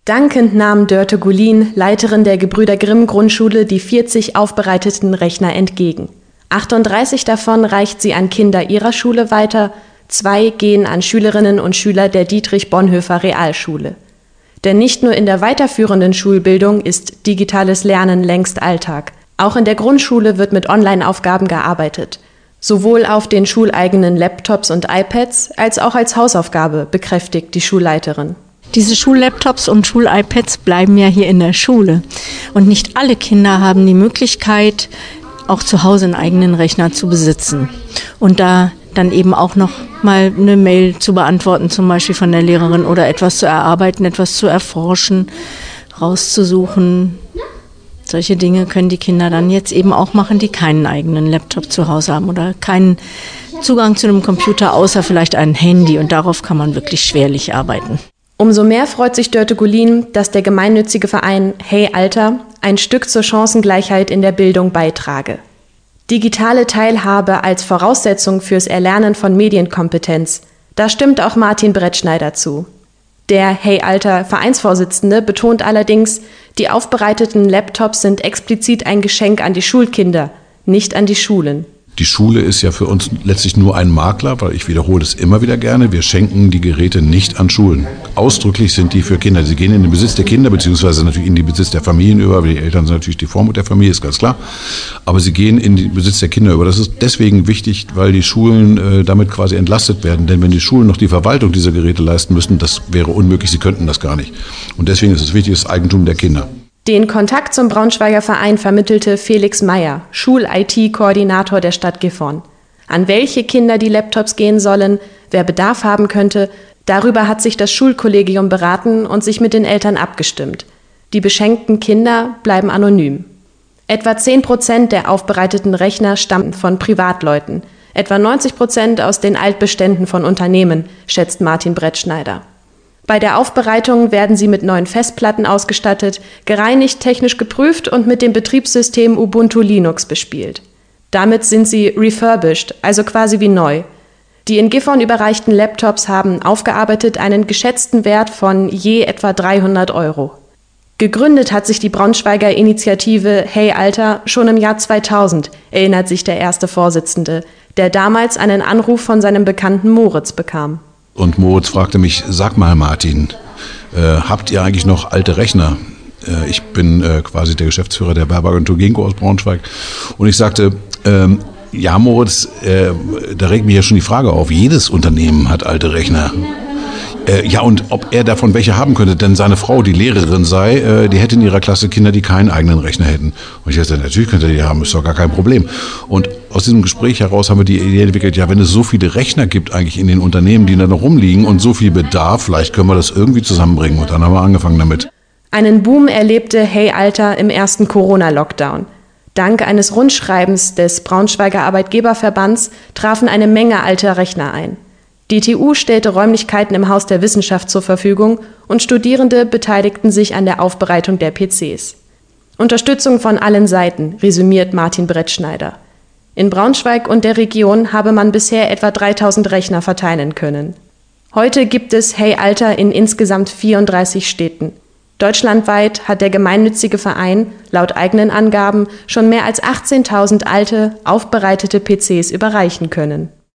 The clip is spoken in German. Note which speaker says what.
Speaker 1: Dankend nahm Dörte Gulin, Leiterin der Gebrüder Grimm Grundschule, die 40 aufbereiteten Rechner entgegen. 38 davon reicht sie an Kinder ihrer Schule weiter, 2 gehen an Schülerinnen und Schüler der Dietrich-Bonhoeffer Realschule. Denn nicht nur in der weiterführenden Schulbildung ist digitales Lernen längst Alltag. Auch in der Grundschule wird mit Online-Aufgaben gearbeitet. Sowohl auf den schuleigenen Laptops und iPads als auch als Hausaufgabe, bekräftigt die Schulleiterin.
Speaker 2: Diese Schullaptops und Schul-iPads bleiben ja hier in der Schule. Und nicht alle Kinder haben die Möglichkeit, auch zu Hause einen eigenen Rechner zu besitzen. Und da dann eben auch noch mal eine Mail zu beantworten, zum Beispiel von der Lehrerin, oder etwas zu erarbeiten, etwas zu erforschen, rauszusuchen. Solche Dinge können die Kinder dann jetzt eben auch machen, die keinen eigenen Laptop zu Hause haben oder keinen Zugang zu einem Computer, außer vielleicht ein Handy. Und darauf kann man wirklich schwerlich arbeiten.
Speaker 1: Umso mehr freut sich Dörte Gulin, dass der gemeinnützige Verein Hey Alter ein Stück zur Chancengleichheit in der Bildung beitrage. Digitale Teilhabe als Voraussetzung fürs Erlernen von Medienkompetenz, da stimmt auch Martin Brettschneider zu. Der Hey Alter Vereinsvorsitzende betont allerdings, die aufbereiteten Laptops sind explizit ein Geschenk an die Schulkinder, nicht an die Schulen.
Speaker 3: Die Schule ist ja für uns letztlich nur ein Makler, weil ich wiederhole es immer wieder gerne, wir schenken die Geräte nicht an Schulen. Ausdrücklich sind die für Kinder. Sie gehen in den Besitz der Kinder, beziehungsweise natürlich in den Besitz der Familien über, weil die Eltern sind natürlich die Vormut der Familie, ist ganz klar. Aber sie gehen in den Besitz der Kinder über. Das ist deswegen wichtig, weil die Schulen damit quasi entlastet werden. Denn wenn die Schulen noch die Verwaltung dieser Geräte leisten müssten, das wäre unmöglich, sie könnten das gar nicht. Und deswegen ist es wichtig, das Eigentum der Kinder.
Speaker 1: Den Kontakt zum Braunschweiger Verein vermittelte Felix Meyer, Schul-IT-Koordinator der Stadt Gifhorn. An welche Kinder die Laptops gehen sollen, wer Bedarf haben könnte, darüber hat sich das Schulkollegium beraten und sich mit den Eltern abgestimmt. Die beschenkten Kinder bleiben anonym. Etwa 10% der aufbereiteten Rechner stammen von Privatleuten, etwa 90% aus den Altbeständen von Unternehmen, schätzt Martin Brettschneider. Bei der Aufbereitung werden sie mit neuen Festplatten ausgestattet, gereinigt, technisch geprüft und mit dem Betriebssystem Ubuntu Linux bespielt. Damit sind sie refurbished, also quasi wie neu. Die in Gifhorn überreichten Laptops haben aufgearbeitet einen geschätzten Wert von je etwa 300 €. Gegründet hat sich die Braunschweiger Initiative Hey Alter schon im Jahr 2000, erinnert sich der erste Vorsitzende, der damals einen Anruf von seinem Bekannten Moritz bekam.
Speaker 3: Und Moritz fragte mich, sag mal Martin, habt ihr eigentlich noch alte Rechner? Ich bin quasi der Geschäftsführer der Werbeagentur Ginkgo aus Braunschweig. Und ich sagte, ja Moritz, da regt mich ja schon die Frage auf, jedes Unternehmen hat alte Rechner. Ja, und ob er davon welche haben könnte, denn seine Frau, die Lehrerin sei, die hätte in ihrer Klasse Kinder, die keinen eigenen Rechner hätten. Und ich sagte, natürlich könnte er die haben, ist doch gar kein Problem. Und aus diesem Gespräch heraus haben wir die Idee entwickelt, ja, wenn es so viele Rechner gibt eigentlich in den Unternehmen, die da noch rumliegen und so viel Bedarf, vielleicht können wir das irgendwie zusammenbringen. Und dann haben wir angefangen damit.
Speaker 1: Einen Boom erlebte Hey Alter im ersten Corona-Lockdown. Dank eines Rundschreibens des Braunschweiger Arbeitgeberverbands trafen eine Menge alter Rechner ein. Die TU stellte Räumlichkeiten im Haus der Wissenschaft zur Verfügung und Studierende beteiligten sich an der Aufbereitung der PCs. Unterstützung von allen Seiten, resümiert Martin Brettschneider. In Braunschweig und der Region habe man bisher etwa 3000 Rechner verteilen können. Heute gibt es Hey Alter in insgesamt 34 Städten. Deutschlandweit hat der gemeinnützige Verein laut eigenen Angaben schon mehr als 18.000 alte, aufbereitete PCs überreichen können.